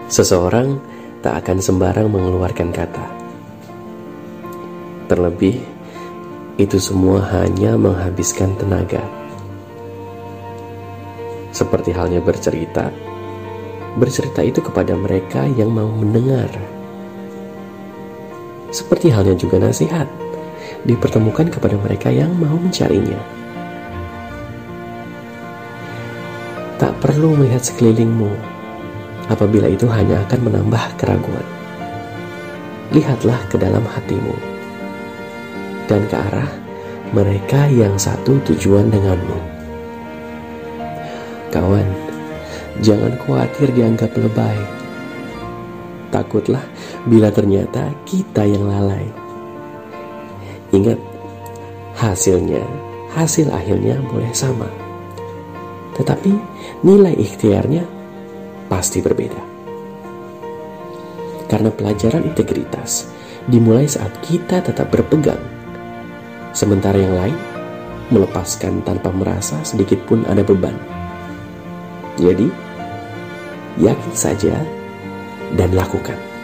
Seseorang tak akan sembarang mengeluarkan kata. Terlebih, itu semua hanya menghabiskan tenaga. Seperti halnya bercerita itu kepada mereka yang mau mendengar. Seperti halnya juga nasihat, dipertemukan kepada mereka yang mau mencarinya. Tak perlu melihat sekelilingmu, apabila itu hanya akan menambah keraguan. Lihatlah ke dalam hatimu, dan ke arah mereka yang satu tujuan denganmu. Kawan, jangan khawatir dianggap lebay. Takutlah bila ternyata kita yang lalai. Ingat, hasil akhirnya boleh sama, tetapi nilai ikhtiarnya pasti berbeda. Karena pelajaran integritas dimulai saat kita tetap berpegang, sementara yang lain melepaskan tanpa merasa sedikit pun ada beban. Jadi, yakin saja dan lakukan.